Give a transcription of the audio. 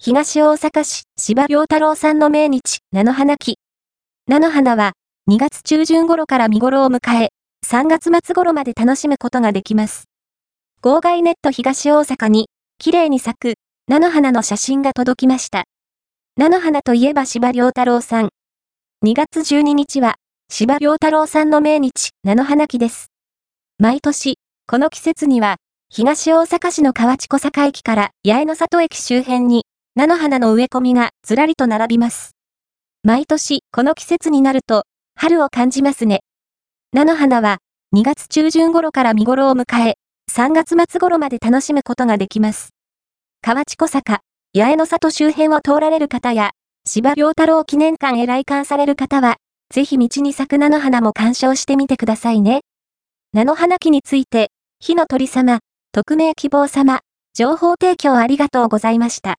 東大阪市司馬遼太郎さんの命日、菜の花期。菜の花は2月中旬頃から見頃を迎え、3月末頃まで楽しむことができます。号外ネット東大阪に、綺麗に咲く菜の花の写真が届きました。菜の花といえば司馬遼太郎さん。2月12日は、司馬遼太郎さんの命日、菜の花期です。毎年、この季節には、東大阪市の河内小坂駅から八重の里駅周辺に、菜の花の植え込みがずらりと並びます。毎年、この季節になると、春を感じますね。菜の花は、2月中旬頃から見頃を迎え、3月末頃まで楽しむことができます。河内小坂、八重の里周辺を通られる方や、司馬遼太郎記念館へ来館される方は、ぜひ道に咲く菜の花も鑑賞してみてくださいね。菜の花期について、火の鳥様、匿名希望様、情報提供ありがとうございました。